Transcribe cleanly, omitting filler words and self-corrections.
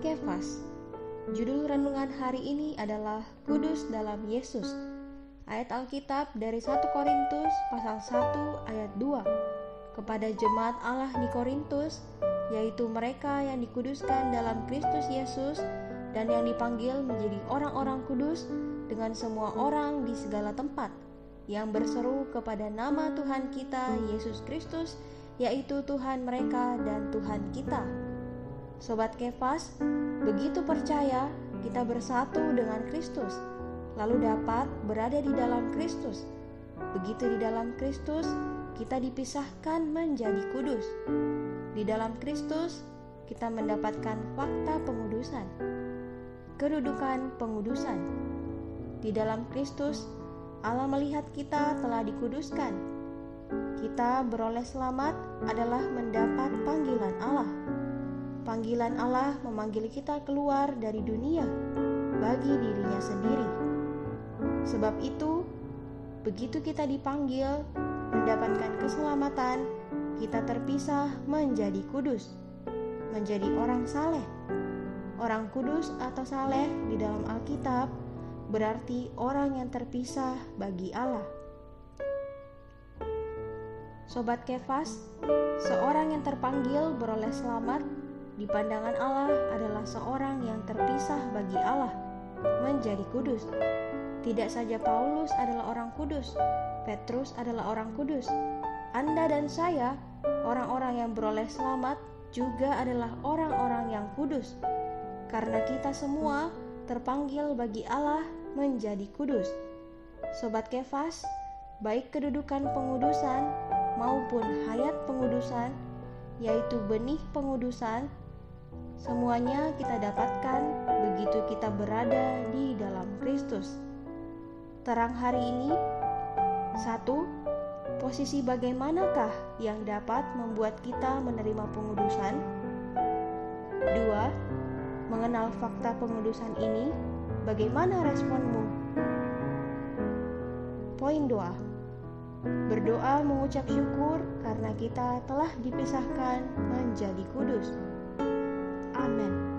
Kefas. Judul renungan hari ini adalah Kudus dalam Yesus. Ayat Alkitab dari 1 Korintus pasal 1 ayat 2. Kepada jemaat Allah di Korintus, yaitu mereka yang dikuduskan dalam Kristus Yesus dan yang dipanggil menjadi orang-orang kudus dengan semua orang di segala tempat, yang berseru kepada nama Tuhan kita Yesus Kristus, yaitu Tuhan mereka dan Tuhan kita. Sobat Kefas, begitu percaya kita bersatu dengan Kristus, lalu dapat berada di dalam Kristus. Begitu di dalam Kristus, kita dipisahkan menjadi kudus. Di dalam Kristus, kita mendapatkan fakta pengudusan, kedudukan pengudusan. Di dalam Kristus, Allah melihat kita telah dikuduskan. Kita beroleh selamat adalah mendapat panggilan Allah. Panggilan Allah memanggil kita keluar dari dunia bagi dirinya sendiri. Sebab itu, begitu kita dipanggil mendapatkan keselamatan, kita terpisah menjadi kudus, menjadi orang saleh. Orang kudus atau saleh di dalam Alkitab berarti orang yang terpisah bagi Allah. Sobat Kefas, seorang yang terpanggil beroleh selamat di pandangan Allah adalah seorang yang terpisah bagi Allah, menjadi kudus. Tidak saja Paulus adalah orang kudus, Petrus adalah orang kudus. Anda dan saya, orang-orang yang beroleh selamat, juga adalah orang-orang yang kudus. Karena kita semua terpanggil bagi Allah menjadi kudus. Sobat Kefas, baik kedudukan pengudusan maupun hayat pengudusan, yaitu benih pengudusan, semuanya kita dapatkan begitu kita berada di dalam Kristus. Terang hari ini, 1. Posisi bagaimanakah yang dapat membuat kita menerima pengudusan? 2. Mengenal fakta pengudusan ini, bagaimana responmu? Poin doa. Berdoa mengucap syukur karena kita telah dipisahkan menjadi kudus. Amin.